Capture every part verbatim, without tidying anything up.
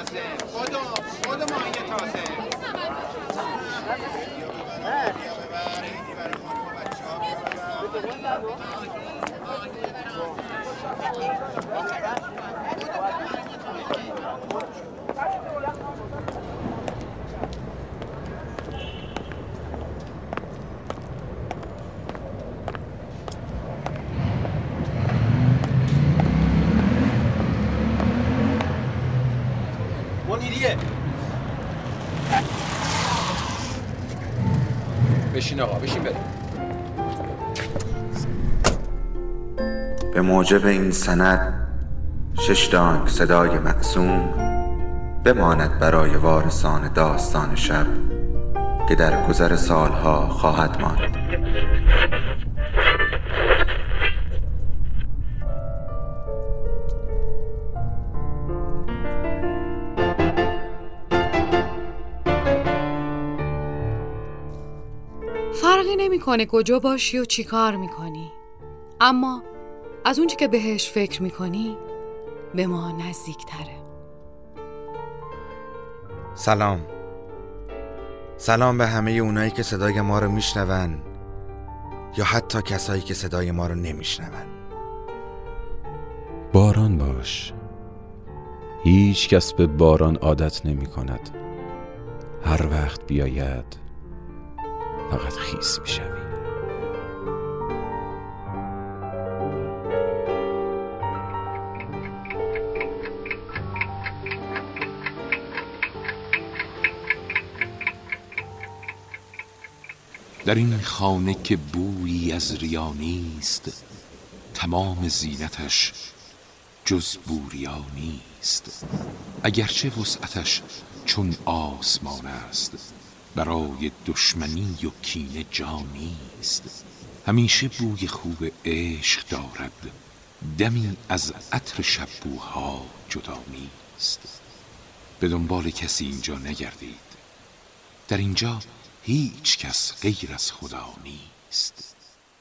تازه خودو خودو ماهی تازه منیریه بشین آقا بشین بریم. به موجب این سند شش دانگ صدای مقسوم بماند برای وارثان داستان شب که در گذر سالها خواهد ماند. فرقی نمیکنه کجا باشی و چی کار میکنی، اما از اون چی که بهش فکر میکنی به ما نزدیک تره. سلام سلام به همه اونایی که صدای ما رو میشنون یا حتی کسایی که صدای ما رو نمیشنون. باران باش. هیچ کس به باران عادت نمی کند. هر وقت بیاید فقط خیس می شوی. در این خانه که بویی از ریا نیست، تمام زینتش جز بوریا نیست. اگرچه وسعتش چون آسمان است، برای دشمنی و کینه جا نیست. همیشه بوی خوب عشق دارد، دمی از عطر شب‌بوها جدا نیست. به دنبال کسی اینجا نگردید، در اینجا هیچ کس غیر از خدا نیست.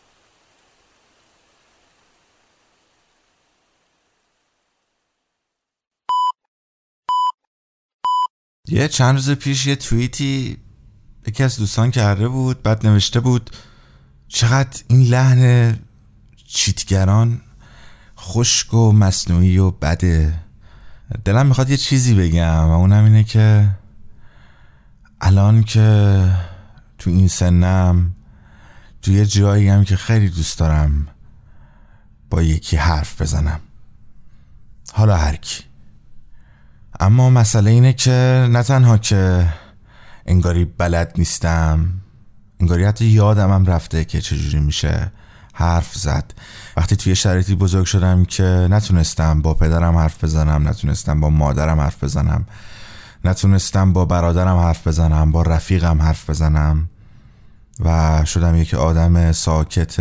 یه چند روز پیش یه توییتی یکی از دوستان کرده بود، بعد نوشته بود چقدر این لحن چیتگران خشک و مصنوعی و بده. دلم میخواد یه چیزی بگم و اونم اینه که الان که تو این سنم تو یه جایی هم که خیلی دوست دارم با یکی حرف بزنم، حالا هر کی. اما مسئله اینه که نه تنها که انگاری بلد نیستم، انگاری حتی یادم هم رفته که چجوری میشه حرف زد. وقتی توی شرایطی بزرگ شدم که نتونستم با پدرم حرف بزنم، نتونستم با مادرم حرف بزنم، نتونستم با برادرم حرف بزنم، با رفیقم حرف بزنم و شدم یک آدم ساکت،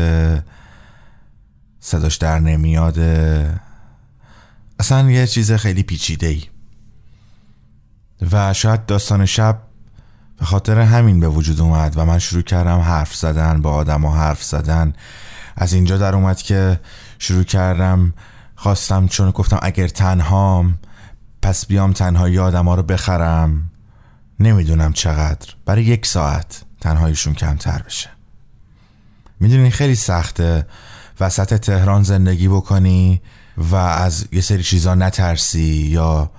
صداش در نمیاد، اصلا یه چیز خیلی پیچیده‌ای. و شاید داستان شب به خاطر همین به وجود اومد و من شروع کردم حرف زدن، با آدم ها حرف زدن. از اینجا در اومد که شروع کردم، خواستم چون گفتم اگر تنهام پس بیام تنهایی آدم ها رو بخرم، نمیدونم چقدر، برای یک ساعت تنهاییشون کمتر بشه. میدونی خیلی سخته وسط تهران زندگی بکنی و از یه سری چیزا نترسی، یا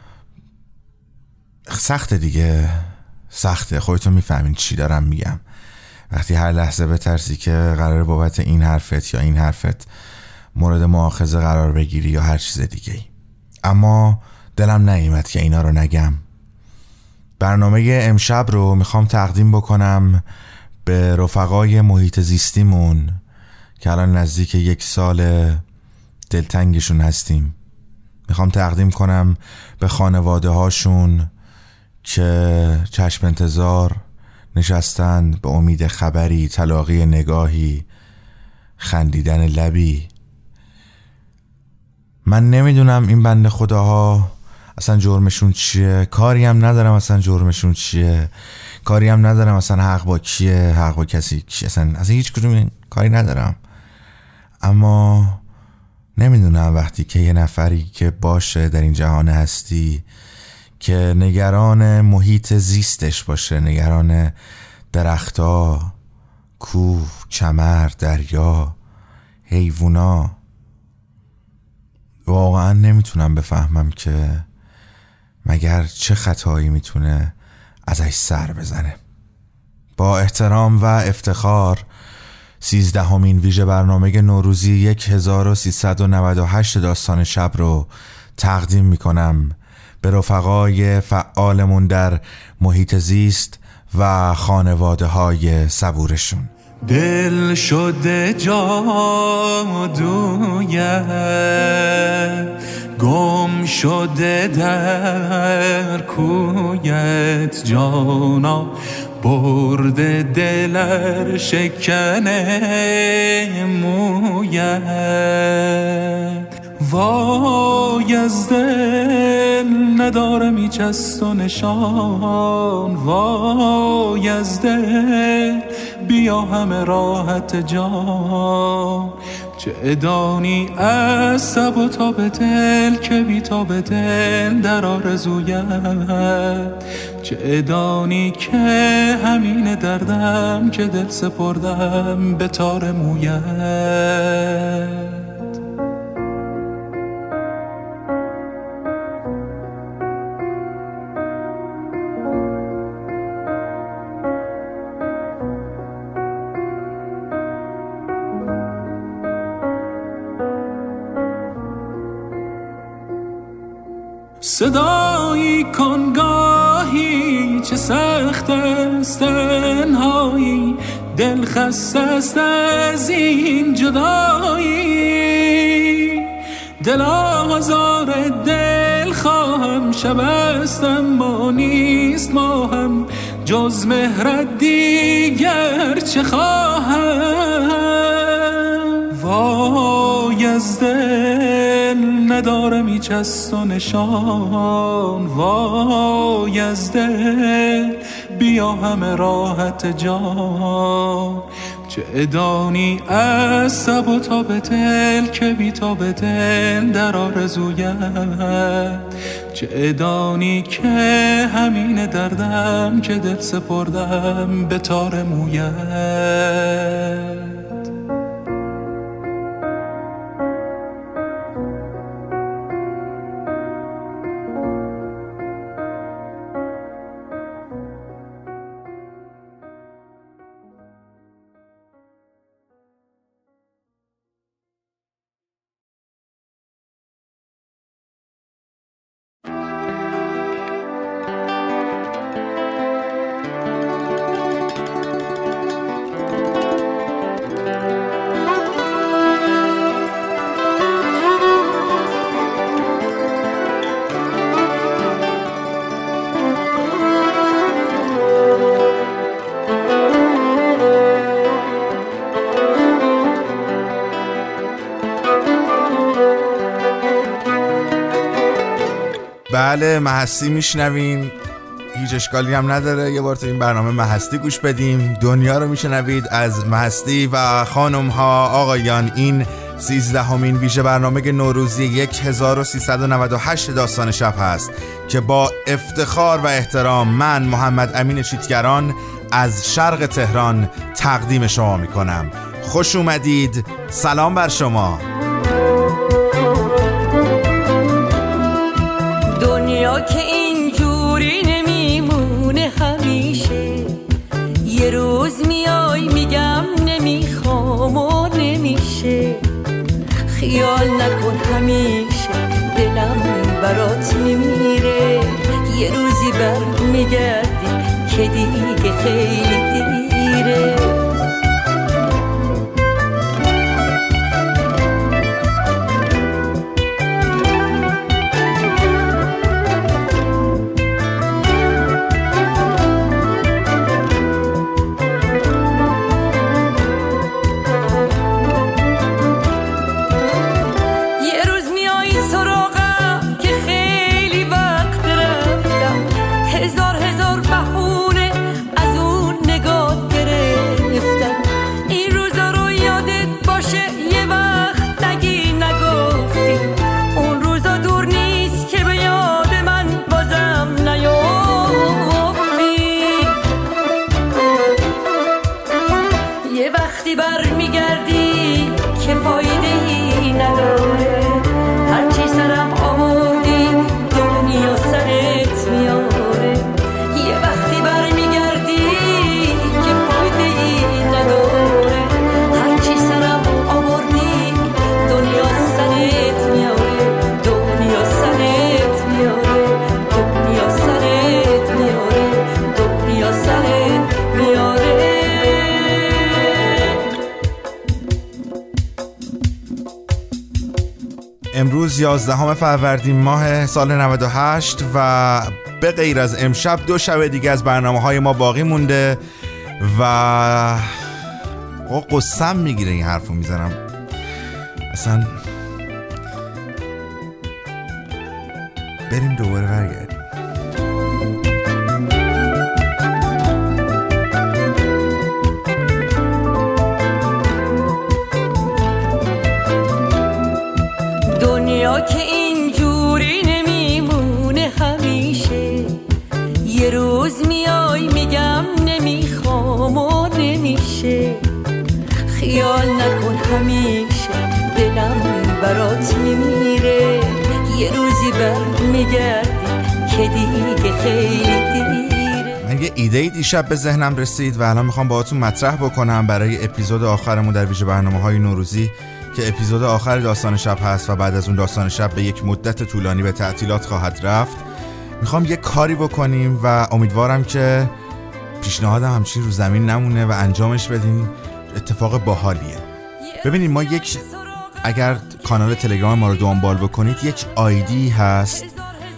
سخته دیگه، سخته. خودتون میفهمین چی دارم میگم. وقتی هر لحظه بترسی که قراره بابت این حرفت یا این حرفت مورد مؤاخذه قرار بگیری یا هر چیز دیگه ای. اما دلم نیامد که اینا رو نگم. برنامه امشب رو میخوام تقدیم بکنم به رفقای محیط زیستیمون که الان نزدیک یک سال دلتنگشون هستیم. میخوام تقدیم کنم به خانواده هاشون که چشم انتظار نشستند به امید خبری، تلاقی نگاهی، خندیدن لبی. من نمیدونم این بنده خداها اصلا جرمشون چیه، کاری هم ندارم اصلا جرمشون چیه، کاری هم ندارم اصلا حق با کیه، حق با کسی کیه، اصلا اصلا هیچ کدوم کاری ندارم. اما نمیدونم وقتی که یه نفری که باشه در این جهان هستی که نگران محیط زیستش باشه، نگران درخت‌ها، کوه، کمر، دریا، حیوونا. واقعا نمیتونم بفهمم که مگر چه خطایی میتونه ازش سر بزنه. با احترام و افتخار سیزدهمین ویژه برنامه نوروزی هزار و سیصد و نود و هشت داستان شب رو تقدیم میکنم به رفقای فعالمون در محیط زیست و خانواده های صبورشون. دل شده جادویت، گم شده در کویت، جانا برده دلر شکنه مویت. وای از دل ندارم هیچ از تو نشان، وای از دل بیا همه راحت جان. چه ادانی از سب و تاب دل که بی تاب دل در آرزویت. چه ادانی که همین دردم که دل سپردم به تار مویت. صدایی کنگاهی چه سخت است تنهایی، دل خسته است از این جدایی. دل آزار دل خواهم، شب است اما نیست ماهم، جز مهرت دیگر چه خواهم. وای از دل ندارم هیچ از تو نشان، وای از دل بیا همه راحت جان. چه ادانی از سب و تاب دل که بی تاب دل در آرزویت. چه ادانی که همین دردم که دل سپردم به تار مویت. بله، مهستی میشنوین، هیچ اشکالی هم نداره. یه بار تو این برنامه مهستی گوش بدیم. دنیا رو میشنوید از مهستی و خانم ها آقایان. این سیزدهمین ویژه برنامه نوروزی هزار و سیصد و نود و هشت داستان شب هست که با افتخار و احترام من محمد امین چیتگران از شرق تهران تقدیم شما میکنم. خوش اومدید، سلام بر شما. دنیا که اینجوری نمیمونه همیشه، یه روز میای میگم نمیخوام و نمیشه. خیال نکن همیشه دلم برات میمیره، یه روزی بر میگردی که دیگه خیلی دیره. نگاه امروز یازدهم فروردین ماه سال نود و هشت و به غیر از امشب دو شب دیگه از برنامه‌های ما باقی مونده و قسم میگیره این حرفو میزنم. اصلا بریم دوباره برگردیم. دنیا که اینجوری نمیمونه همیشه، یه روز میای میگم نمیخوام و نمیشه. خیال نکن همیشه دلم برات میمیره، یه روزی بر میگردی که دیگه خیلی دیره. من یه ایده دیشب به ذهنم رسید و الان میخوام باهاتون مطرح بکنم برای اپیزود آخرمون در ویژه برنامه‌های نوروزی که اپیزود آخر داستان شب هست و بعد از اون داستان شب به یک مدت طولانی به تعطیلات خواهد رفت. میخوام یه کاری بکنیم و امیدوارم که پیشنهادم همچین رو زمین نمونه و انجامش بدین. اتفاق باحالیه. ببینید ما یک اگر کانال تلگرام ما رو دنبال بکنید یک آیدی هست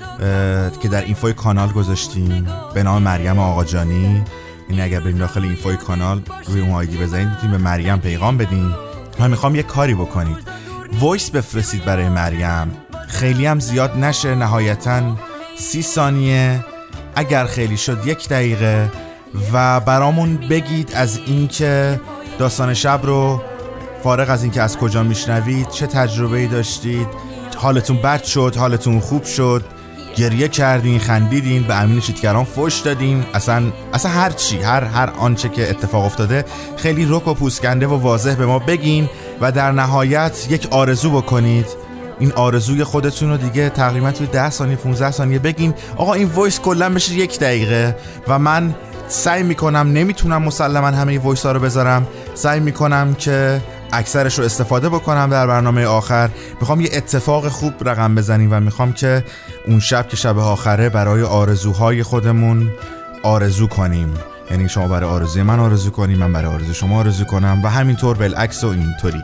که در اینفوی کانال گذاشتیم به نام مریم آقاجانی. این اگر بریم داخل اینفوی کانال روی اون آیدی بزنید میتونید به مریم پیغام بدین. من میخوام یک کاری بکنید، وایس بفرستید برای مریم، خیلی هم زیاد نشه، نهایتاً سی ثانیه، اگر خیلی شد یک دقیقه، و برامون بگید از اینکه داستان شب رو فارغ از اینکه از کجا میشنوید چه تجربه‌ای داشتید، حالتون بد شد، حالتون خوب شد، گریه کردین، خندیدین، به امین چیتگران فوش دادین، اصلا اصلا هر چی، هر هر آنچه که اتفاق افتاده خیلی رک و پوسکنده و واضح به ما بگین و در نهایت یک آرزو بکنید. این آرزوی خودتون رو دیگه تقریبا توی ده ثانیه پانزده ثانیه بگین. آقا این وایس کلا بشه یک دقیقه و من سعی میکنم، نمیتونم مسلما همه وایس ها رو بذارم، سعی میکنم که اکثرش رو استفاده بکنم در برنامه آخر. میخوام یه اتفاق خوب رقم بزنیم و میخوام که اون شب که شب آخره برای آرزوهای خودمون آرزو کنیم. یعنی شما برای آرزوی من آرزو کنیم، من برای آرزوی شما آرزو کنم و همینطور بالعکس و اینطوری.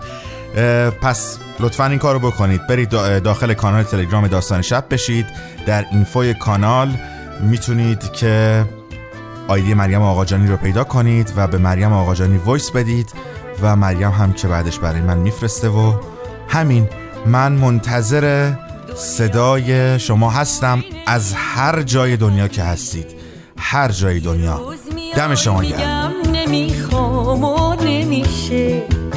پس لطفاً این کارو بکنید، برید داخل کانال تلگرام داستان شب بشید. در اینفوی کانال میتونید که آیدی مریم آقاجانی رو پیدا کنید و به مریم آقاجانی وایس بدید و مریم هم که بعدش برای من میفرسته و همین. من منتظر صدای شما هستم از هر جای دنیا که هستید، هر جای دنیا. دم شما گرم. نمیخوام و نمیشه،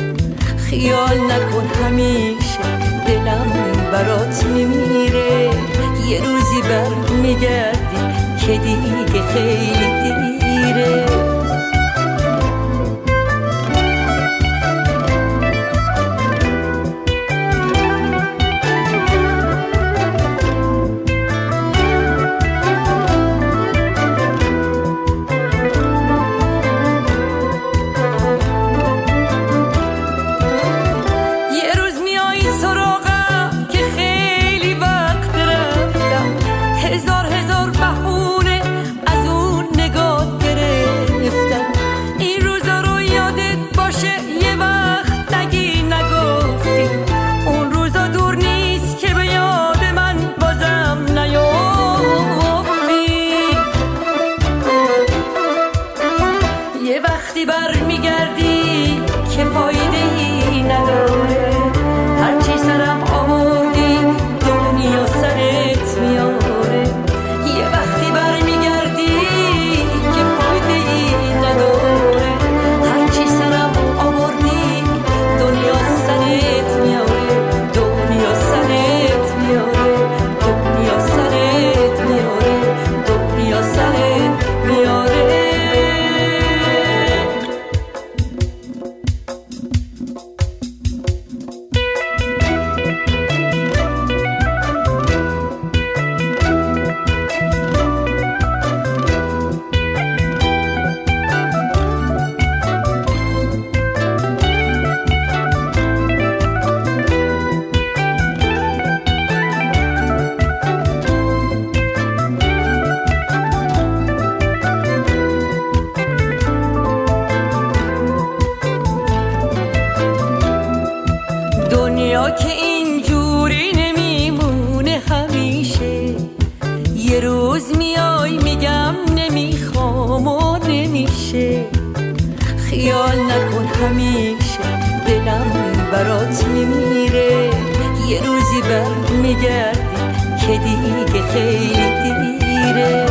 خیال نکن همیشه دلم برات میمیره، یه روزی بر میگردی که دیگه خیلی دیره. هزار هزار بهونه از اون نگاه گرفت، خیال نکن همیشه دلم برات میمیره، یه روزی بر میگردی که دیگه خیلی دیره.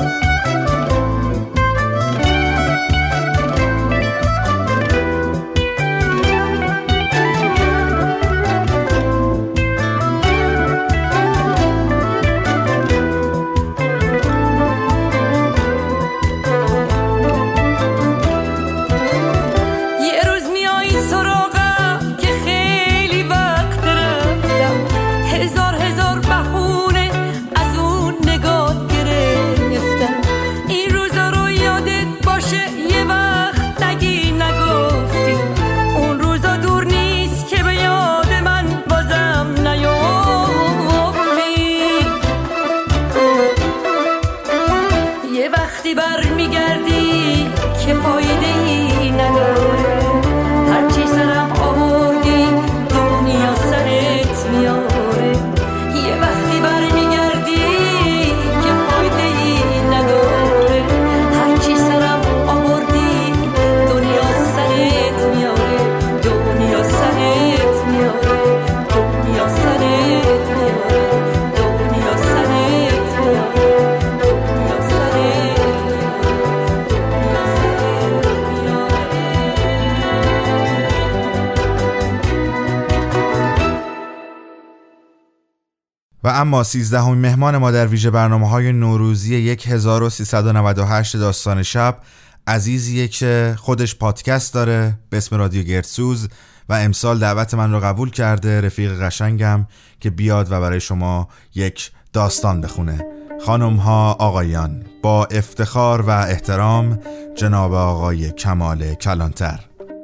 و اما سیزدهمین مهمان ما در ویژه برنامه‌های نوروزی هزار و سیصد و نود و هشت داستان شب عزیزیه که خودش پادکست داره به اسم رادیو گردسوز و امسال دعوت من رو قبول کرده، رفیق قشنگم، که بیاد و برای شما یک داستان بخونه. خانم ها، آقایان، با افتخار و احترام جناب آقای کمال کلانتر.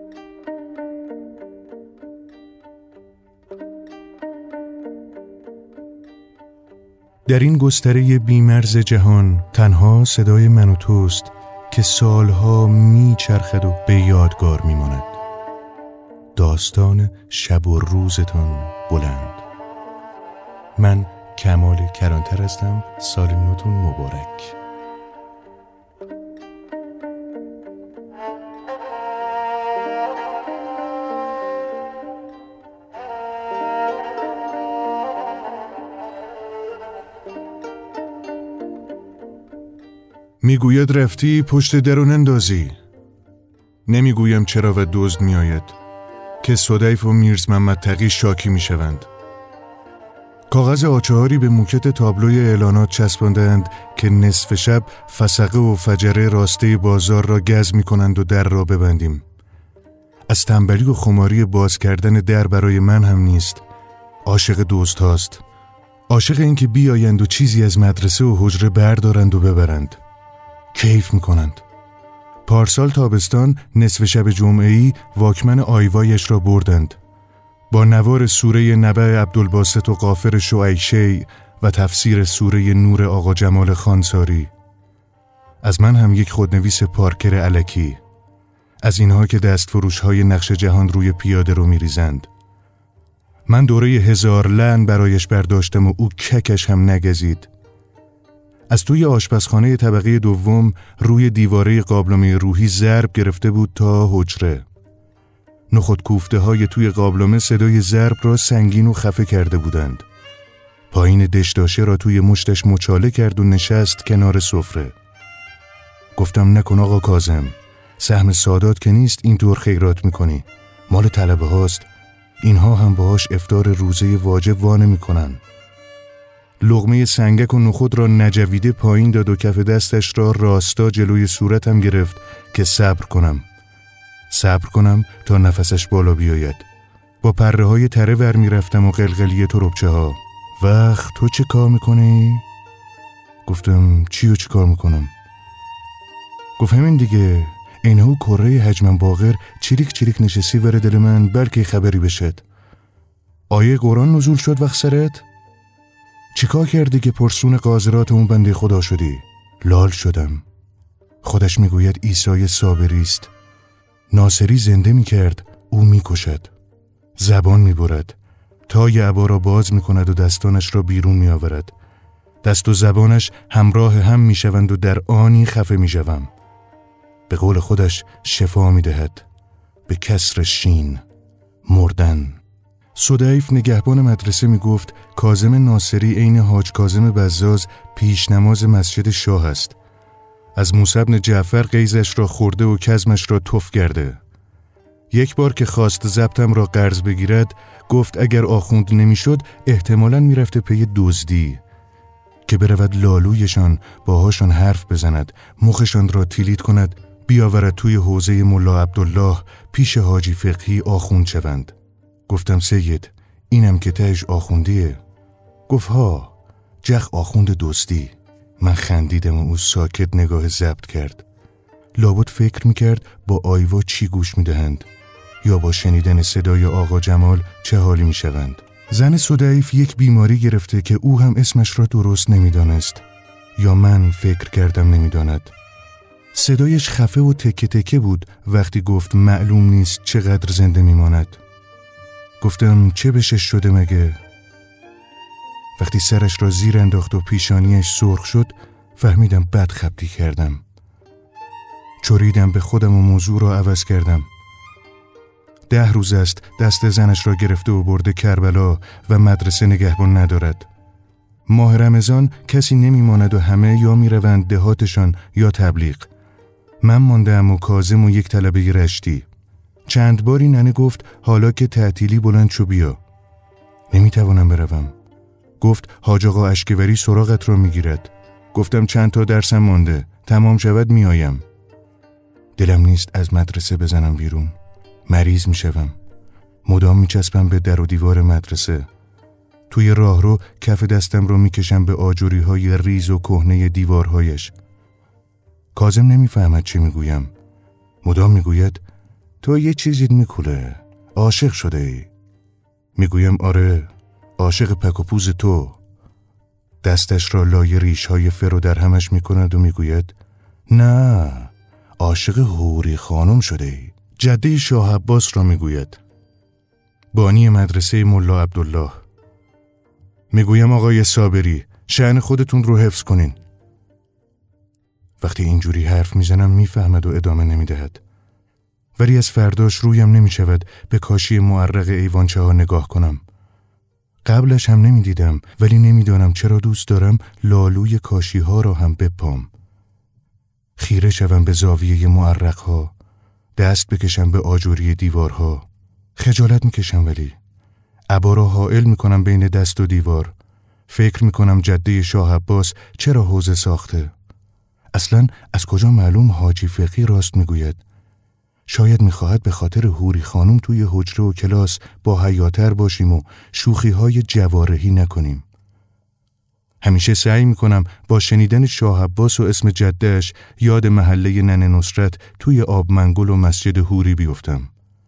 در این گستره بیمرز جهان تنها صدای من و توست که سالها می چرخد و به یادگار می ماند. داستان شب و روزتان بلند. من کمال کلانتر هستم. سال نوتون مبارک. میگوید رفتی پشت درون اندازی. نمیگویم چرا و دزد میآید که صدیف و میرز محمد تقی شاکی میشوند. کاغذ آچهاری به موکت تابلوی اعلانات چسباندند که نصف شب فسقه و فجره راسته بازار را گز میکنند و در را ببندیم. از تنبلی و خماری باز کردن در برای من هم نیست. عاشق دوست هاست. عاشق این که بیایند و چیزی از مدرسه و حجره بردارند و ببرند. کیف میکنند. پارسال تابستان نصف شب جمعه‌ای واکمن آیوایش را بردند. با نوار سوره نبع عبدالباسط و غافر شعیشی و تفسیر سوره نور آقا جمال خانساری. از من هم یک خودنویس پارکر الکی. از اینها که دستفروش های نقش جهان روی پیاده رو میریزند. من دوره هزار لعن برایش برداشتم و او ککش هم نگزید. از توی آشپزخانه طبقه دوم روی دیواره قابلمه روحی ضرب گرفته بود تا حجره. نخود کوفته های توی قابلمه صدای ضرب را سنگین و خفه کرده بودند. پایین دشداشه را توی مشتش مچاله کرد و نشست کنار سفره. گفتم نکن آقا کاظم، سهم سادات که نیست اینطور خیرات میکنی. مال طلبه هاست. اینها هم باهاش افطار روزه واجب وانه میکنن. لقمه سنگک و نخود را نجویده پایین داد و کف دستش را راستا جلوی صورتم گرفت که صبر کنم. صبر کنم تا نفسش بالا بیاید. با پره های تره ور می رفتم و قلقلی تربچه ها. وقت تو چه کار میکنی؟ گفتم چی و چه کار میکنم؟ گفت همین دیگه، اینه و کره حجمم باغر چریک چریک نشستی ور دل من بلکه خبری بشد. آیه قرآن نزول شد وقت سرت؟ چیکار کردی که پرسون قاذرات اون بنده خدا شدی؟ لال شدم. خودش میگوید عیسی صابری است. ناصری زنده میکرد، او میکشد. زبان میبرد. تای عبا را باز میکند و دستانش را بیرون میآورد. دست و زبانش همراه هم میشوند و در آنی خفه میشوم. به قول خودش شفا می دهد. به کسر شین، مردن. سدیف نگهبان مدرسه می گفت کاظم ناصری عین حاج کاظم بزاز پیش نماز مسجد شاه است. از موسی بن جعفر قیزش را خورده و کزمش را تف کرده. یک بار که خواست ضبطم را قرض بگیرد گفت اگر آخوند نمیشد احتمالاً میرفته پی دزدی که برود لالویشان باهاشان حرف بزند، مخشان را تیلیت کند، بیاورد توی حوزه ملا عبدالله پیش حاجی فقهی آخوند شوند. گفتم سید اینم که تهش آخوندیه. گفت ها، جخ آخوند دزدی. من خندیدم و او ساکت نگاه ضبط کرد. لابد فکر میکرد با آیوا چی گوش میدهند یا با شنیدن صدای آقا جمال چه حالی میشوند. زن سدیف یک بیماری گرفته که او هم اسمش را درست نمیدانست یا من فکر کردم نمیداند. صدایش خفه و تکه تکه بود وقتی گفت معلوم نیست چقدر زنده میماند. گفتم چه بشش شده مگه؟ وقتی سرش را زیر انداخت و پیشانیش سرخ شد فهمیدم بد خبتی کردم. چریدم به خودم و موضوع را عوض کردم. ده روز است دست زنش را گرفته و برده کربلا و مدرسه نگهبان ندارد. ماه رمضان کسی نمیماند و همه یا میروند دهاتشان یا تبلیغ. من ماندم و کاظم و یک طلبه رشتی. چند باری ننه گفت حالا که تعطیلی بلند شو بیا. نمیتوانم بروم. گفت حاج آقا اشکوری سراغت را میگیرد. گفتم چند تا درسم مانده، تمام شود میایم. دلم نیست از مدرسه بزنم بیرون. مریض میشوم. مدام میچسبم به در و دیوار مدرسه. توی راهرو کف دستم رو میکشم به آجوری های ریز و کهنه دیوارهایش. کاظم نمیفهمد چی میگویم. مدام میگوید تو یه چیزی میکوله. عاشق شده ای. میگویم آره، عاشق پک و پوز تو. دستش را لای ریش های فرو در همش میکند و میگوید نه، عاشق حوری خانم شده ای. جده شاه عباس را میگوید. بانی مدرسه ملا عبدالله. میگویم آقای صابری شأن خودتون رو حفظ کنین. وقتی اینجوری حرف میزنم میفهمد و ادامه نمیدهد. ولی از فرداش رویم نمیشود به کاشی معرق ایوانچه ها نگاه کنم. قبلش هم نمیدیدم ولی نمیدانم چرا دوست دارم لالوی کاشی ها را هم بپام. خیره شوم به زاویه معرق ها، دست بکشم به آجوری دیوارها. خجالت میکشم ولی عبا را حائل میکنم بین دست و دیوار. فکر میکنم جده شاه عباس چرا حوزه ساخته. اصلا از کجا معلوم حاجی فقی راست میگوید؟ شاید میخواهد به خاطر حوری خانم توی حجره و کلاس با حیاتر باشیم و شوخی های جوارحی نکنیم. همیشه سعی میکنم با شنیدن شاه عباس و اسم جدهش یاد محله ننه نصرت توی آب منگل و مسجد حوری بیفتم.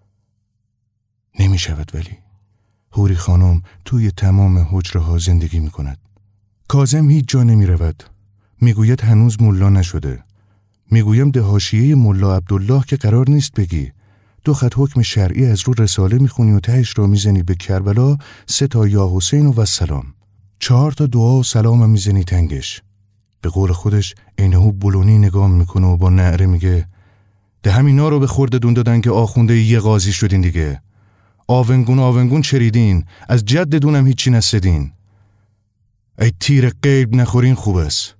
نمیشود ولی حوری خانم توی تمام حجره ها زندگی میکند. کاظم هیچ جا نمیرود. میگوید هنوز ملا نشده. میگویم ده حاشیه ملا عبدالله که قرار نیست بگی. دو خط حکم شرعی از رو رساله میخونی و تهش را میزنی به کربلا، سه تا یا حسین و السلام. چهار تا دعا و سلام هم میزنی تنگش. به قول خودش اینهو بلونی نگاه میکنه و با نعره میگه ده همینا رو به خورده دون دادن که آخونده یه قاضی شدین دیگه. آونگون آونگون چریدین، از جد دونم هیچی نسدین. ای تیر غیب نخورین خوب است.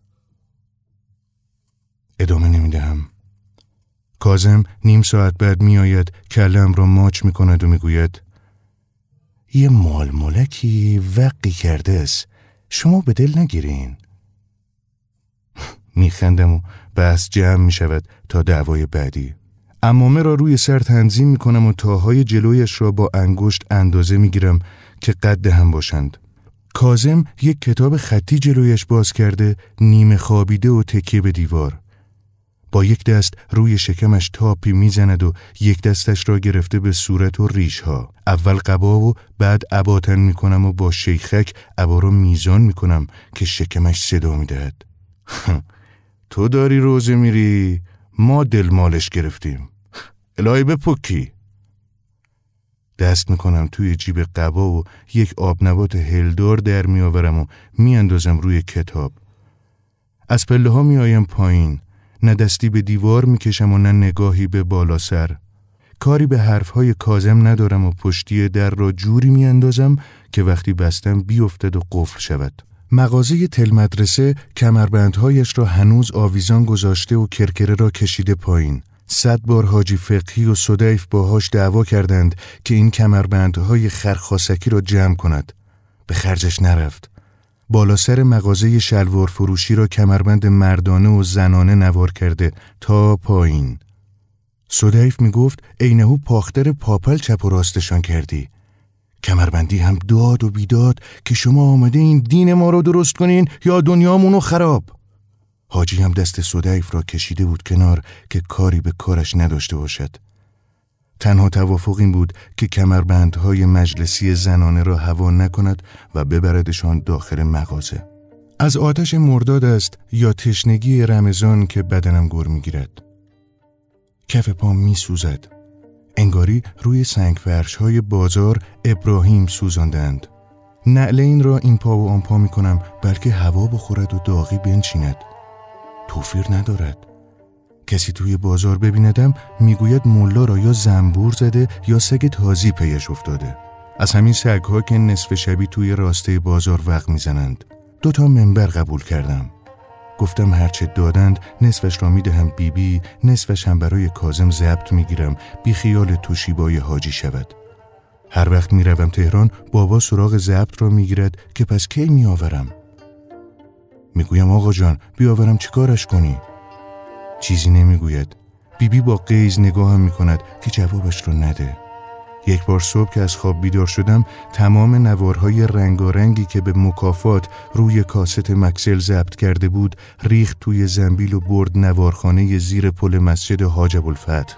ادامه نمیدهم. کاظم نیم ساعت بعد میآید کلم را ماچ میکند و میگوید یه مال ملکی وقی کرده است، شما به دل نگیرین. میخندم و بحث جمع میشود تا دعوای بعدی. عمامه را روی سر تنظیم میکنم و تاهای جلویش را با انگشت اندازه میگیرم که قد هم باشند. کاظم یک کتاب خطی جلویش باز کرده، نیمه خوابیده و تکیه به دیوار. با یک دست روی شکمش تاپی میزند و یک دستش را گرفته به صورت و ریش ها. اول قبا و بعد عباتن میکنم و با شیخک عبا را میزان میکنم که شکمش صدا میدهد. تو داری روزه میری، ما دل مالش گرفتیم. الهی بپکی. دست میکنم توی جیب قبا و یک آب نبات هلدار در میآورم و میاندازم روی کتاب. از پله ها میآیم پایین. نه دستی به دیوار میکشم و نه نگاهی به بالا سر. کاری به حرفهای کاظم ندارم و پشتی در را جوری میاندازم که وقتی بستم بیفتد و قفل شود. مغازه تل مدرسه کمربندهایش را هنوز آویزان گذاشته و کرکره را کشیده پایین. صد بار حاجی فقهی و صدیف باهاش دعوا کردند که این کمربندهای خرخاسکی را جمع کند. به خرجش نرفت. بالا سر مغازه شلوار فروشی را کمربند مردانه و زنانه نوار کرده تا پایین. صدیف می گفت اینهو پاختر پاپل چپ و راستشان کردی. کمربندی هم داد و بیداد که شما آمده این دین ما رو درست کنین یا دنیامونو خراب. حاجی هم دست صدیف را کشیده بود کنار که کاری به کارش نداشته باشد. تنها توافق این بود که کمربندهای مجلسی زنانه را هوا نکند و ببردشان داخل مغازه. از آتش مرداد است یا تشنگی رمضان که بدنم گر میگیرد. کف پام می سوزد. انگاری روی سنگ فرش های بازار ابراهیم سوزاندند. نعلین را این پا و آن پا می کنم بلکه هوا بخورد و داغی بنشیند. توفیر ندارد. کسی توی بازار ببیندم میگوید ملا را یا زنبور زده یا سگ تازی پیش افتاده. از همین سگ‌ها که نصف شبی توی راسته بازار وق میزنند. دو تا منبر قبول کردم. گفتم هرچه دادند نصفش را میدهم بی بی، نصفش هم برای کاظم ضبط میگیرم بی خیال توشیبای حاجی شود. هر وقت میروم تهران بابا سراغ ضبط را میگیرد که پس کی میآورم؟ میگویم آقا جان بیاورم چیکارش کنی؟ چیزی نمیگوید. بیبی با غیظ نگاهم میکند که جوابش را نده. یک بار صبح که از خواب بیدار شدم تمام نوارهای رنگارنگی که به مکافات روی کاست مکسل ضبط کرده بود ریخت توی زنبیل و برد نوارخانه زیر پل مسجد حاج ابوالفتح.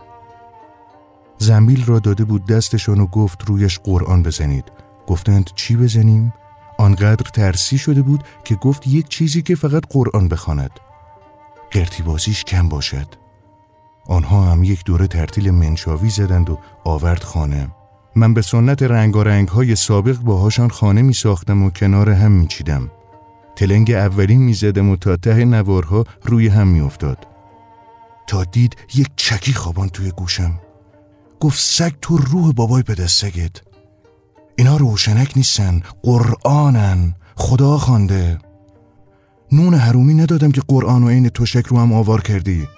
زنبیل را داده بود دستشان و گفت رویش قرآن بزنید. گفتند چی بزنیم؟ آنقدر ترسی شده بود که گفت یک چیزی که فقط قرآن بخواند. قرتی بازیش کم باشد. آنها هم یک دوره ترتیل منشاوی زدند و آورد خانه. من به سنت رنگارنگ های سابق باهاشان خانه می ساختم و کنار هم می چیدم. تلنگ اولی می زدم و تا ته نوارها روی هم می افتاد. تا دید یک چکی خوابان توی گوشم. گفت سگ تو روح بابای پدر سگت. اینا روشنک نیستن، قرآنن، خدا خوانده. نون حرومی ندادم که قرآن و عین تشک رو هم آوار کردی.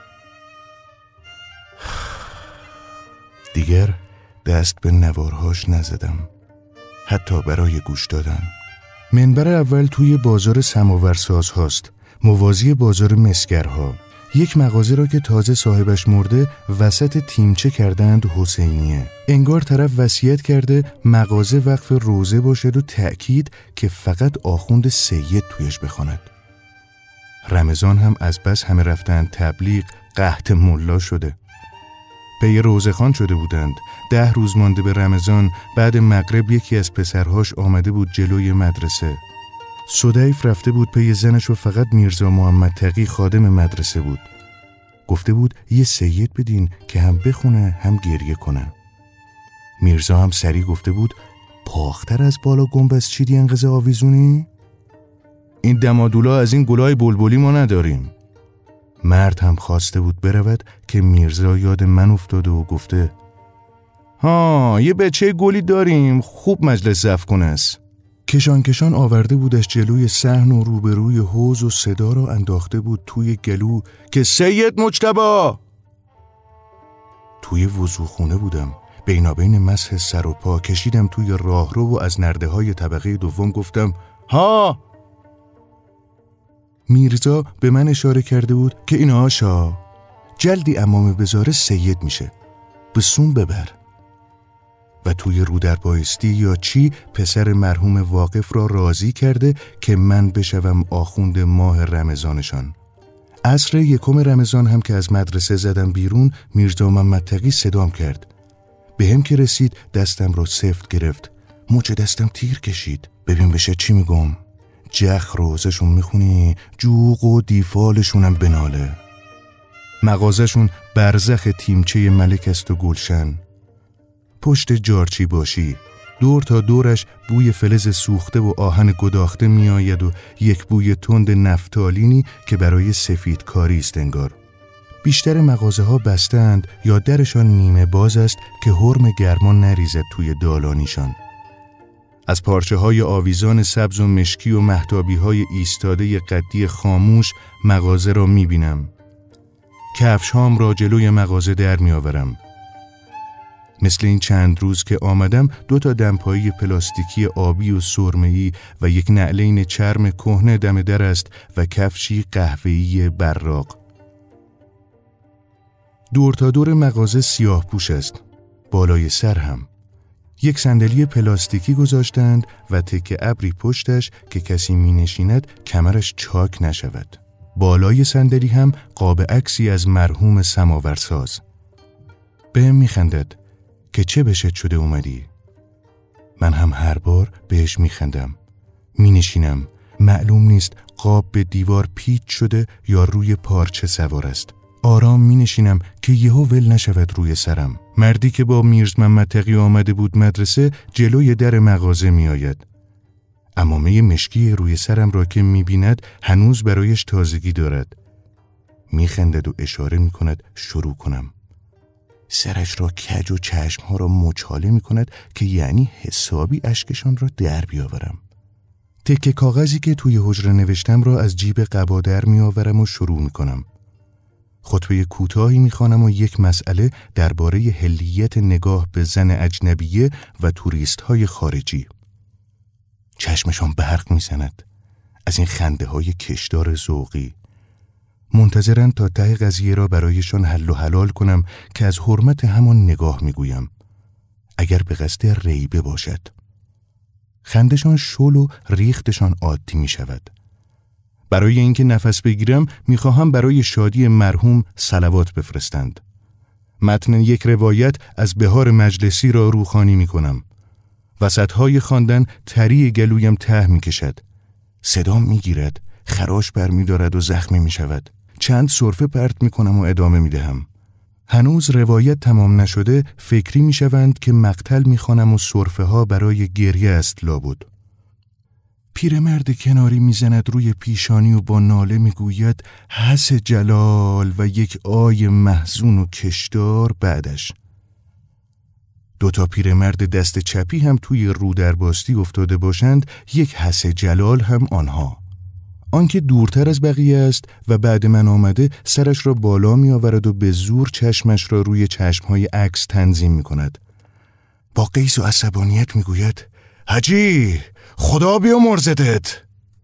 دیگر دست به نوارهاش نزدم، حتی برای گوش دادن. منبر اول توی بازار سماورساز هاست، موازی بازار مسگرها. یک مغازه را که تازه صاحبش مرده وسط تیمچه کردند حسینیه. انگار طرف وصیت کرده مغازه وقف روزه باشد و تأکید که فقط آخوند سید تویش بخواند. رمضان هم از بس همه رفتن تبلیغ قحط ملا شده. پی روزخان شده بودند. ده روز مانده به رمضان بعد مغرب یکی از پسرهاش آمده بود جلوی مدرسه. صدیف رفته بود پی زنش و فقط میرزا محمد تقی خادم مدرسه بود. گفته بود یه سید بدین که هم بخونه هم گریه کنه. میرزا هم سریع گفته بود پاختر از بالا گنبد چیدی انقضا آویزونی؟ این دمادولا از این گلای بلبلی ما نداریم. مرد هم خواسته بود برود که میرزا یاد من افتاده و گفته ها یه بچه گلی داریم خوب مجلس ضبط کنه است. کشان کشان آورده بودش جلوی صحن و روبروی حوض و صدا را انداخته بود توی گلو که سید مجتبی. توی وضوخونه بودم، بینابین مسح سر و پا کشیدم توی راهرو و از نرده های طبقه دوم گفتم ها. میرزا به من اشاره کرده بود که این آشا جلدی عمامه بذاره سید میشه، به سون ببر. و توی رو در بایستی یا چی پسر مرحوم واقف را راضی کرده که من بشوم آخوند ماه رمضانشان. عصر یکم رمضان هم که از مدرسه زدم بیرون میرزا محمد تقی صدام کرد. به هم که رسید دستم را سفت گرفت. مچ دستم تیر کشید. ببین بشه چی میگم. جخ روزشون میخونی جوق و دیفالشونم بناله. مغازشون برزخ تیمچه ملک است و گلشن. پشت جارچی باشی دور تا دورش بوی فلز سوخته و آهن گداخته می آید و یک بوی تند نفتالینی که برای سفید کاری است انگار. بیشتر مغازه ها بستند یا درشان نیمه باز است که حرم گرما نریزد توی دالانیشان. از پارچه های آویزان سبز و مشکی و مهتابی های ایستاده قدی خاموش مغازه را می بینم. کفش هام را جلوی مغازه در می آورم. مثل این چند روز که آمدم دو تا دمپایی پلاستیکی آبی و سرمه‌ای و یک نعلین چرم کهنه دم در است و کفشی قهوه‌ای براق. دور تا دور مغازه سیاه پوش است. بالای سر هم. یک صندلی پلاستیکی گذاشتند و تکه ابری پشتش که کسی می نشیند کمرش چاک نشود. بالای صندلی هم قاب عکسی از مرحوم سماورساز. بهم می خندد که چه بشد شده اومدی؟ من هم هر بار بهش می خندم. می نشینم. معلوم نیست قاب به دیوار پیچ شده یا روی پارچه سوار است. آرام می نشینم که یهو ول نشود روی سرم. مردی که با میرز محمد تقی آمده بود مدرسه جلوی در مغازه می آید. عمامه مشکی روی سرم را که می بیند هنوز برایش تازگی دارد. می خندد و اشاره می کند شروع کنم. سرش را کج و چشمها را مچاله می کند که یعنی حسابی اشکشان را در بیاورم. تکه کاغذی که توی حجره نوشتم را از جیب قبا در می آورم و شروع می کنم. خطبه کوتاهی میخوانم و یک مسئله درباره حلیت نگاه به زن اجنبیه و توریست های خارجی. چشمشان برق میزند از این خنده های کشدار ذوقی. منتظرن تا ته قضیه را برایشان حل و حلال کنم که از حرمت همان نگاه میگویم، اگر به قصد ریبه باشد. خندشان شل و ریختشان عادی میشود. برای اینکه نفس بگیرم میخواهم برای شادی مرحوم صلوات بفرستند. متن یک روایت از بهار مجلسی را روخانی میکنم. وسطهای خواندن تری گلویم ته میکشد. صدام میگیرد، خراش برمیدارد و زخمی میشود. چند سرفه پرت میکنم و ادامه میدهم. هنوز روایت تمام نشده فکری میشوند که مقتل میخوانم و سرفه ها برای گریه است لابد. پیرمرد کناری میزند روی پیشانی و با ناله میگوید حس جلال و یک آی محزون و کشدار بعدش. دوتا پیرمرد دست چپی هم توی رو در باستی افتاده باشند، یک حس جلال هم آنها. آنکه دورتر از بقیه است و بعد من آمده سرش را بالا می آورد و به زور چشمش را روی چشمهای عکس تنظیم می کند. با قیس و عصبانیت می گوید حاجی خدا بیامرزدت.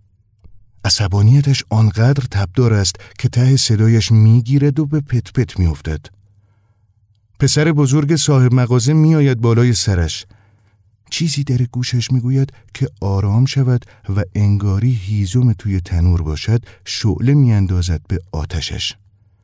عصبانیتش آنقدر تبدار است که ته صدایش میگیرد و به پت پت میافتد. پسر بزرگ صاحب مغازه میآید بالای سرش. چیزی در گوشش میگوید که آرام شود و انگاری هیزم توی تنور باشد شعله میاندازد به آتشش.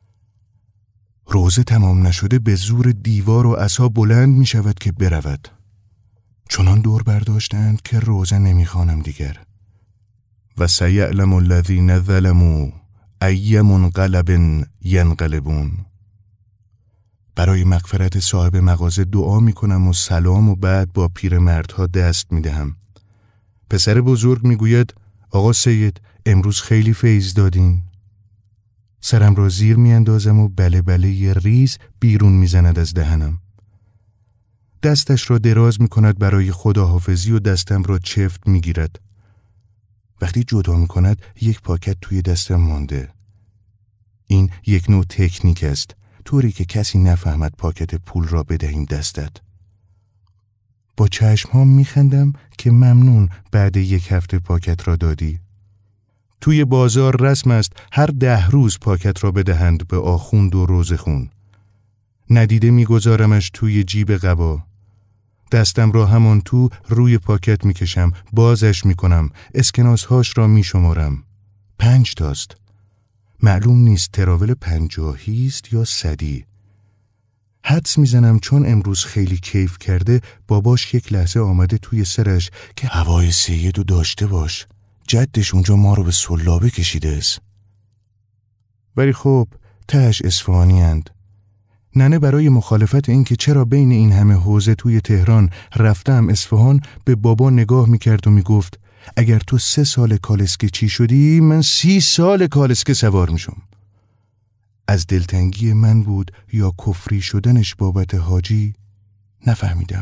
روزه تمام نشده به زور دیوار و عصا بلند میشود که برود. چنان دور برداشتند که روزه نمیخوانم دیگر. و سیعلم الذین ظلموا ای منقلب ینقلبون. برای مغفرت صاحب مغازه دعا میکنم و سلام و بعد با پیرمردها دست میدهم. پسر بزرگ میگوید آقا سید امروز خیلی فیض دادین. سرم را زیر میاندازم و بله بله ی ریز بیرون میزند از دهنم. دستش را دراز می کند برای خداحافظی و دستم را چفت می گیرد. وقتی جدا می کند یک پاکت توی دستم مانده. این یک نوع تکنیک است، طوری که کسی نفهمد پاکت پول را بدهیم دستت. با چشم ها می خندم که ممنون بعد یک هفته پاکت را دادی. توی بازار رسم است هر ده روز پاکت را بدهند به آخوند و روزخون. ندیده می گذارمش توی جیب قبا. دستم را همان تو روی پاکت می کشم، بازش می کنم، اسکناس هاش را می شمارم. پنج تاست. معلوم نیست تراول پنجاهی است یا صدی. حدس می زنم چون امروز خیلی کیف کرده باباش یک لحظه آمده توی سرش که هوای سیدو داشته باش. جدش اونجا ما رو به سلابه کشیده است. ولی خب تهش اصفهانی اند. ننه برای مخالفت این که چرا بین این همه حوزه توی تهران رفتم اصفهان به بابا نگاه میکرد و میگفت اگر تو سه سال کالسکه چی شدی من سی سال کالسکه سوار میشم. از دلتنگی من بود یا کفری شدنش بابت حاجی نفهمیدم.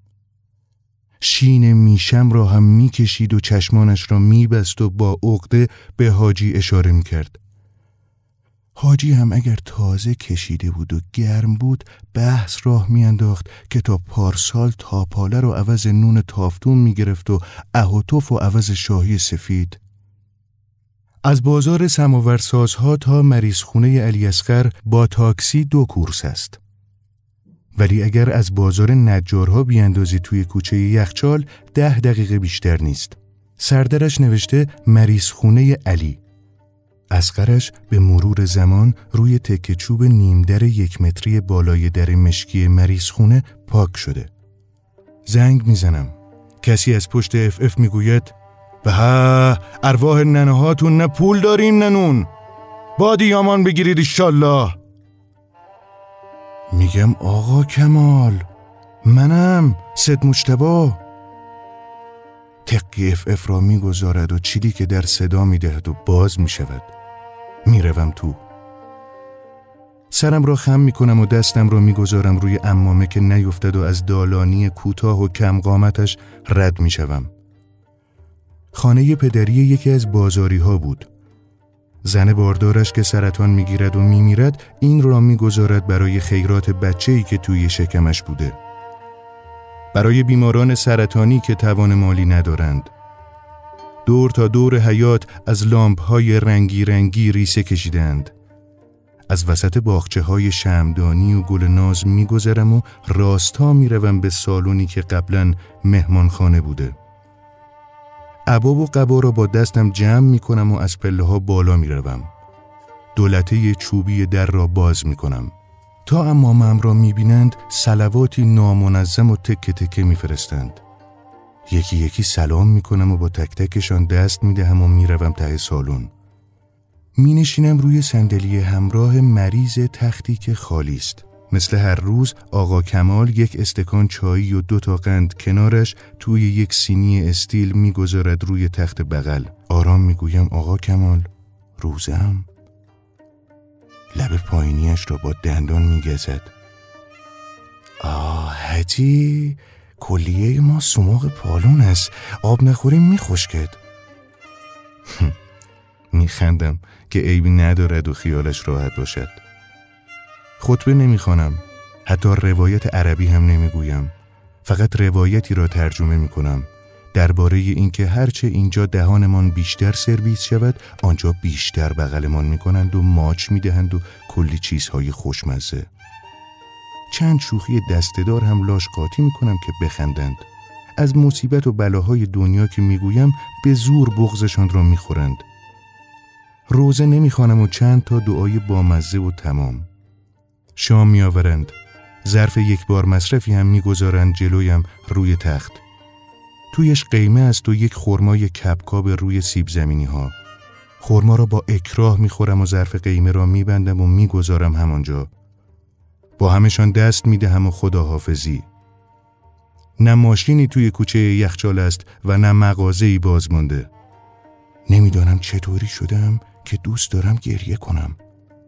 شین میشم را هم میکشید و چشمانش را میبست و با عقده به حاجی اشاره میکرد. حاجی هم اگر تازه کشیده بود و گرم بود بحث راه میانداخت که تا پارسال تاپاله رو عوض نون تافتون میگرفت و اهوتوف و عوض شاهی سفید. از بازار سماورسازها تا مریضخونه علی اصغر با تاکسی دو کورس است. ولی اگر از بازار نجارها بیاندازی توی کوچه یخچال ده دقیقه بیشتر نیست. سردرش نوشته مریضخونه علی. اصغرش به مرور زمان روی تکه چوب نیم در یک متری بالای در مشکی مریضخونه پاک شده. زنگ میزنم. کسی از پشت اف اف میگوید به ها ارواح ننه هاتون نه پول دارین نه نون. بادی یامان بگیرید انشالله. میگم آقا کمال منم سید مجتبی. تقی اف اف را میگذارد و چیلی که در صدا میدهد و باز میشود. میروم تو. سرم را خم میکنم و دستم را میگذارم روی عمامه که نیفتد و از دالانی کوتاه و کم قامتش رد میشوم. خانه پدری یکی از بازاری ها بود. زن باردارش که سرطان میگیرد و میمیرد این را میگذارد برای خیرات بچه‌ای که توی شکمش بوده. برای بیماران سرطانی که توان مالی ندارند. دور تا دور حیات از لامپ‌های رنگی رنگی ریسه کشیدند. از وسط باغچه‌های شمعدانی و گل ناز میگذرم و راستا میروم به سالونی که قبلا مهمانخانه بوده. عباب و قبا را با دستم جمع میکنم و از پله ها بالا میروم. دولته چوبی در را باز میکنم. تا عمامم را میبینند صلواتی نامنظم و تکه تکه میفرستند. یکی یکی سلام میکنم و با تک تکشان دست میدهم و میروم ته سالن. مینشینم روی صندلی همراه مریض تختی که خالی است. مثل هر روز آقا کمال یک استکان چایی و دو تا قند کنارش توی یک سینی استیل میگذارد روی تخت بغل. آرام میگویم آقا کمال روزم. لب پایینیش را با دندان میگزد. آه حجی کلیه ما سماق پالون است. آب نخوریم میخشکد. میخندم که عیبی ندارد و خیالش راحت باشد. خطبه نمیخوانم. حتی روایت عربی هم نمیگویم. فقط روایتی را ترجمه میکنم درباره اینکه هرچه اینجا دهانمان بیشتر سرویس شود آنجا بیشتر بغلمان میکنند و ماچ میدهند و کلی چیزهای خوشمزه. چند شوخی دسته‌دار هم لاش قاطی میکنم که بخندند. از مصیبت و بلاهای دنیا که میگویم به زور بغضشان را میخورند. روزه نمیخوانم و چند تا دعای بامزه و تمام. شام میآورند. ظرف یک بار مصرفی هم میگذارند جلویم روی تخت. تویش قیمه است و یک خرمای کبکاب روی سیب زمینی ها. خرما را با اکراه میخورم و ظرف قیمه را میبندم و میگذارم همانجا. با همشان دست میدهم و خداحافظی. نه ماشینی توی کوچه یخچال است و نه مغازه‌ای باز مانده. نمیدانم چطوری شدم که دوست دارم گریه کنم.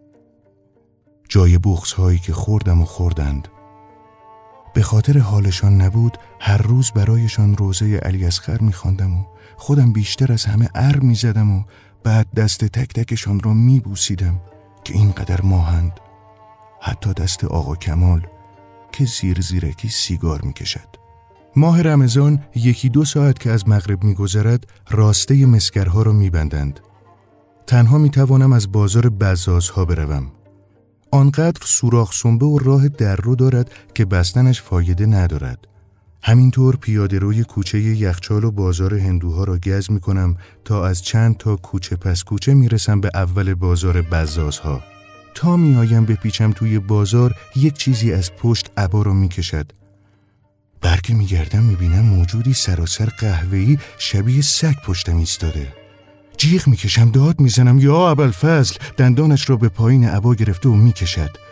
جای بغض هایی که خوردم و خوردند. به خاطر حالشان نبود هر روز برایشان روزه علی اصغر می‌خواندم و خودم بیشتر از همه ار می‌زدم و بعد دست تک تکشان را می‌بوسیدم که اینقدر ماهند. حتی دست آقا کمال که زیر زیرکی سیگار می‌کشد. ماه رمضان یکی دو ساعت که از مغرب می‌گذرد راسته مسگرها را می‌بندند. تنها می‌توانم از بازار بزازها بروم. آنقدر سوراخ سنبه و راه در رو دارد که بستنش فایده ندارد. همینطور پیاده روی کوچه یخچال و بازار هندوها را گز می کنم تا از چند تا کوچه پس کوچه می رسم به اول بازار بزازها. تا می آیم بپیچم توی بازار یک چیزی از پشت عبا را می کشد. برکه می گردم می بینم موجودی سراسر قهوه‌ای شبیه سگ پشتم ایستاده. جیغ میکشم داد میزنم یا ابوالفضل. دندانش را به پایین عبا گرفته و میکشد.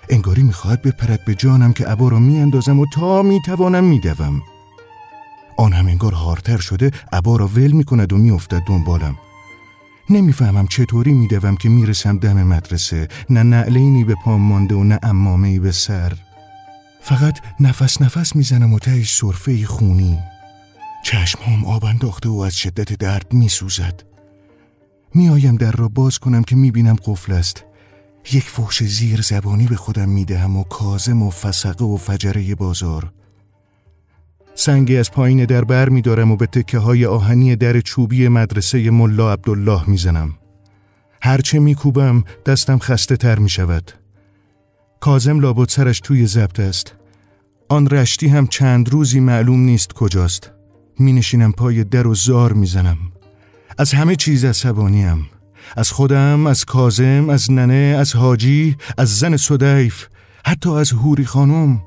انگاری میخواهد بپرد به جانم که عبا را میاندازم و تا میتوانم میدوم. آن هم انگار هارتر شده عبا را ول میکند و میافتد دنبالم. نمیفهمم چطوری میدوم که میرسم دم مدرسه، نه نعلینی به پام مانده و نه عمامه‌ای به سر. فقط نفس نفس میزنم و تهش سرفه خونی. چشمام آب انداخته و از شدت درد میسوزد. میآیم در را باز کنم که میبینم قفل است. یک فحش زیر زبانی به خودم میدهم و کاظم و فسقه و فجره بازار. سنگی از پایین در بر میدارم و به تکه های آهنی در چوبی مدرسه ملا عبدالله میزنم. هرچه میکوبم دستم خسته تر میشود. کاظم لابد سرش توی ضبط است. آن رشتی هم چند روزی معلوم نیست کجاست. می نشینم پای در و زار می زنم. از همه چیز عصبانیم. از خودم، از کاظم، از ننه، از حاجی، از زن صدیف، حتی از هوری خانم.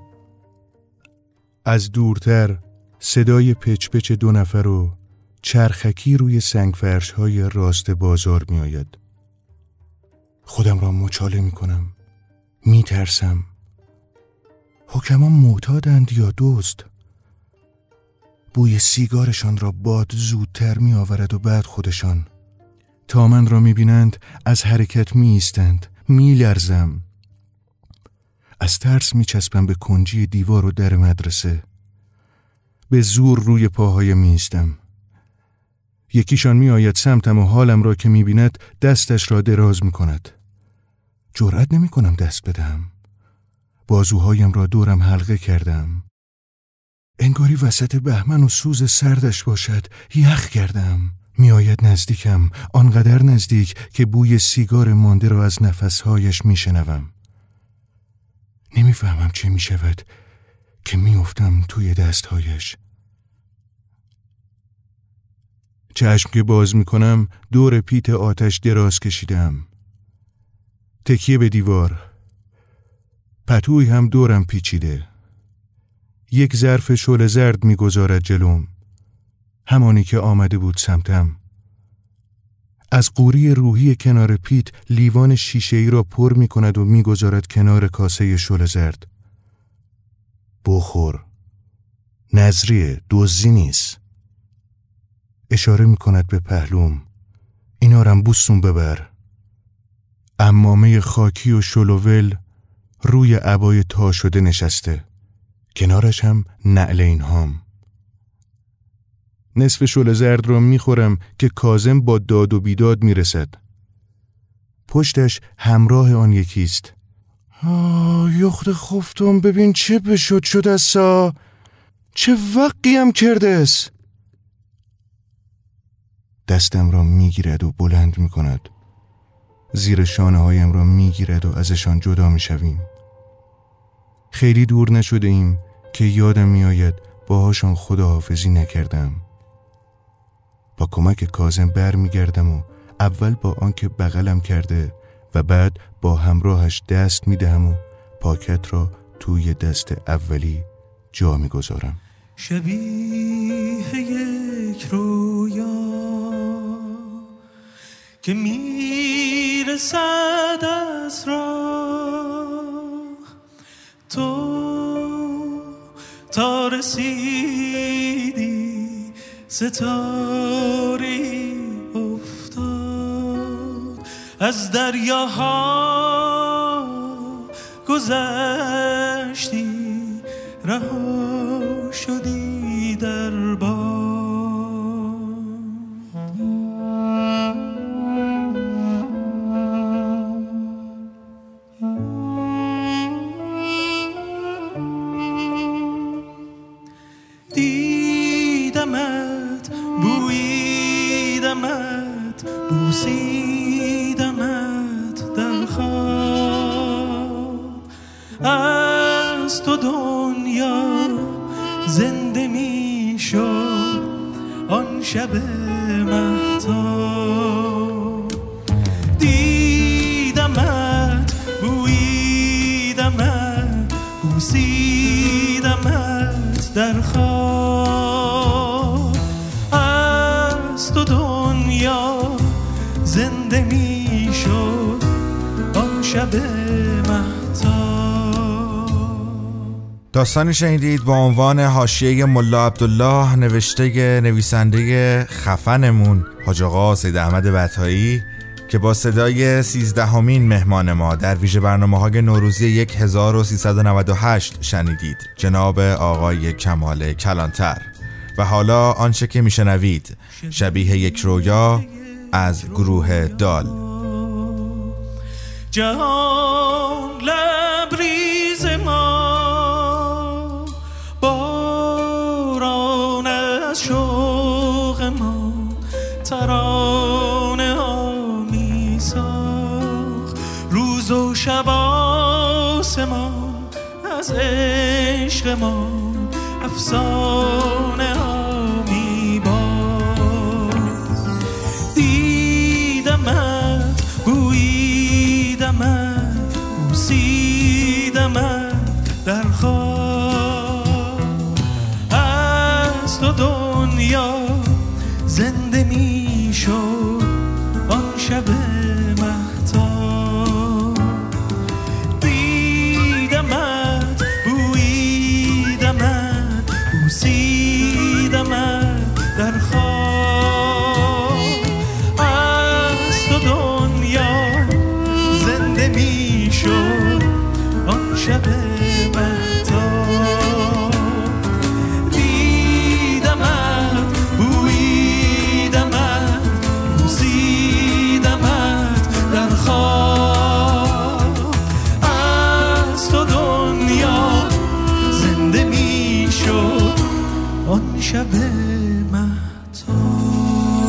از دورتر صدای پچ پچ دو نفر و چرخکی روی سنگ فرش های راست بازار می آید. خودم را مچاله می کنم. می ترسم. حکمان معتادند یا دزد؟ بوی سیگارشان را باد زودتر می آورد و بعد خودشان. تا من را می بینند از حرکت می ایستند. می لرزم. از ترس می چسبم به کنجی دیوار و در مدرسه. به زور روی پاهای می ایستم. یکیشان می آید سمتم و حالم را که می بیند دستش را دراز می کند. جرأت نمی کنم دست بدم. بازوهایم را دورم حلقه کردم. انگاری وسط بهمن و سوز سردش باشد. یخ کردم. می آید نزدیکم، آنقدر نزدیک که بوی سیگار مانده را از نفسهایش می شنوم. نمی فهمم چه می شود که می افتم توی دستهایش. چشم که باز می کنم دور پیت آتش دراز کشیدم. تکیه به دیوار. پتوی هم دورم پیچیده. یک ظرف شعله زرد می گذارد جلوم. همانی که آمده بود سمتم. از قوری روحی کنار پیت لیوان شیشه‌ای را پر می کند و می گذارد کنار کاسه شعله زرد. بخور. نظریه، دزدی نیست. اشاره می کند به پهلوم. اینا رم بوسون ببر. عمامه خاکی و شلوول روی عبای تا شده نشسته. کنارش هم نعلین هام. نصف شعله زرد را میخورم که کاظم با داد و بیداد میرسد. پشتش همراه آن یکیست. آه یخت خفتم، ببین چه بشد شد از سا، چه وقی هم کرده است. دستم را میگیرد و بلند میکند. زیر شانه هایم را میگیرد و ازشان جدا میشویم. خیلی دور نشده ایم که یادم میآید باهاشان خداحافظی نکردم. با کمک کاظم بر میگردم و اول با آنکه بغلم کرده و بعد با همراهش دست میدهم و پاکت را توی دست اولی جا میگذارم. شبیه یک رویا که میرسد از راه، تو تا رسیدی ستاری افتاد، از دریاها گذشتی رها شدی در باد. دیدمت، بویدمت، بوسیدمت در خواب، از تو دنیا زنده می شد آن شب مهتاب. دیدمت، بویدمت، بوسیدمت در خواب، از تو دنیا زنده می شد آن شب مهتاب. داستانی شنیدید با عنوان حاشیه ملا عبدالله نوشته نویسنده خفنمون حاج آقا سید احمد بطایی که با صدای سیزدهمین مهمان ما در ویژه برنامه‌های نوروزی هزار و سیصد و نود و هشت شنیدید، جناب آقای کمال کلانتر. و حالا آنچه که میشنوید شبیه یک رویا از گروه دال. جهان لبریز ما، باران از شوق ما، ترانه ها می ساخت، روز و شب آسمان از عشق ما، افسانه ها می باد. دیدمت، بوییدمت، بوسیدمت در خواب، از تو دنیا زنده می شد آن شب مهتاب. دیدمت، بوییدمت، بوسیدمت در خواب، از تو دنیا زنده می شد آن شب مهتاب. دیدمت، بوییدمت، بوسیدمت در خواب، از تو دنیا زنده می شد آن شب مهتاب.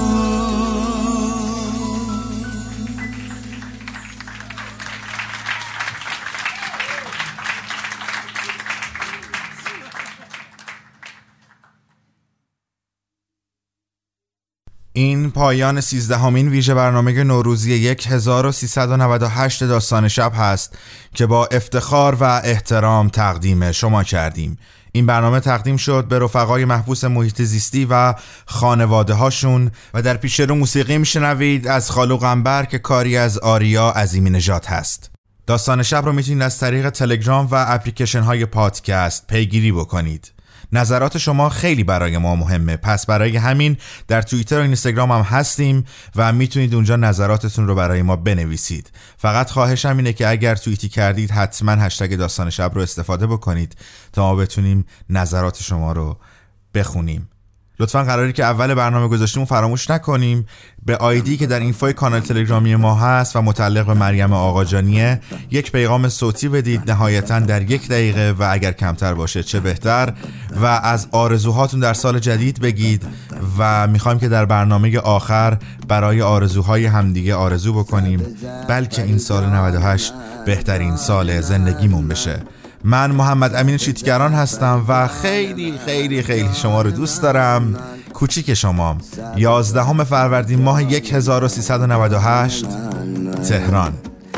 این پایان سیزدهمین ویژه برنامه نوروزی هزار و سیصد و نود و هشت داستان شب هست که با افتخار و احترام تقدیم شما کردیم. این برنامه تقدیم شد به رفقای محبوس محیط زیستی و خانواده هاشون و در پیش رو موسیقی میشنوید از خالو قنبر که کاری از آریا عظیمی نژاد هست. داستان شب رو میتونید از طریق تلگرام و اپلیکیشن های پادکست پیگیری بکنید. نظرات شما خیلی برای ما مهمه، پس برای همین در توییتر و اینستاگرام هم هستیم و میتونید اونجا نظراتتون رو برای ما بنویسید. فقط خواهشم اینه که اگر توییتی کردید حتما هشتگ داستان شب رو استفاده بکنید تا ما بتونیم نظرات شما رو بخونیم. لطفاً قراری که اول برنامه گذاشتیم فراموش نکنیم به آیدی که در اینفوی کانال تلگرامی ما هست و متعلق به مریم آقاجانیه یک پیغام صوتی بدید، نهایتاً در یک دقیقه و اگر کمتر باشه چه بهتر، و از آرزوهاتون در سال جدید بگید و میخوایم که در برنامه آخر برای آرزوهای همدیگه آرزو بکنیم بلکه این سال نود و هشت بهترین سال زندگیمون بشه. من محمد امین چیتگران هستم و خیلی خیلی خیلی شما رو دوست دارم. کوچیک شمام. یازدهم فروردین ماه هزار و سیصد و نود و هشت، تهران.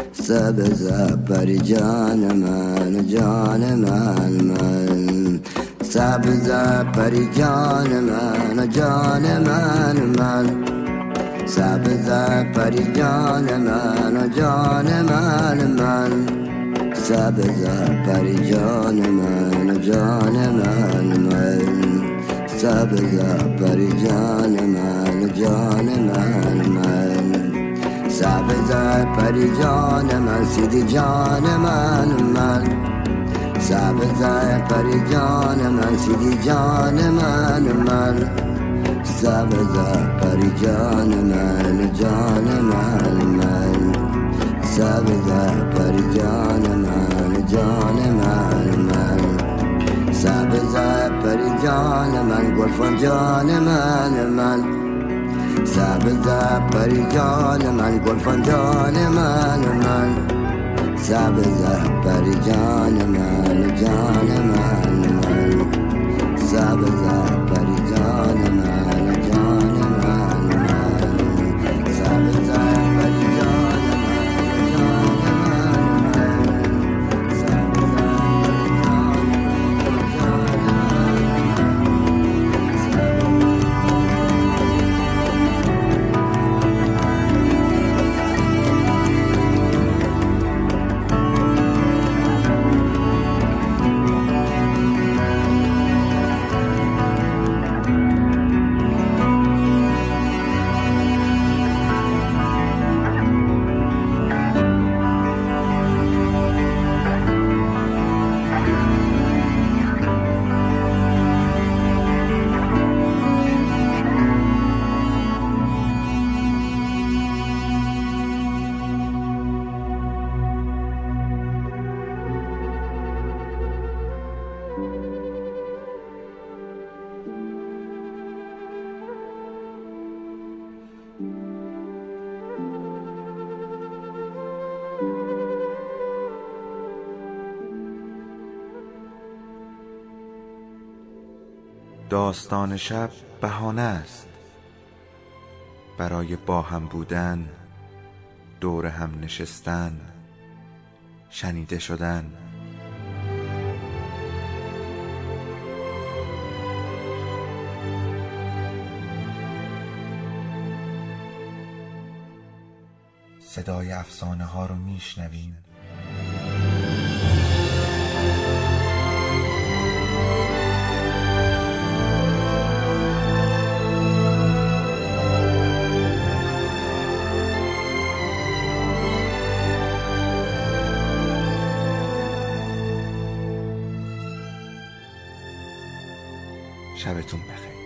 سبز بر جان من، جان من من، سبز بر جان من، جان من من، سبز بر جان من، جان من من، سبز بر جان من، جان من من، سبز بر جان من، جان من من، سبز بر جان من، سیدی جان من من، سبز بر جان من، سیدی جان من من، سبز بر جان من، جان من من، سبز بر جان من، جان من من، سبز بر جان من، گلفان جان من من، سبز بر جان من، گلفان جان من من، سبز بر جان من، جان من من، سبز بر جان من، جان من من، سبز بر جان داستان شب بهانه است برای با هم بودن، دور هم نشستن، شنیده شدن. صدای افسانه ها رو میشنویم. شبتون بخیر.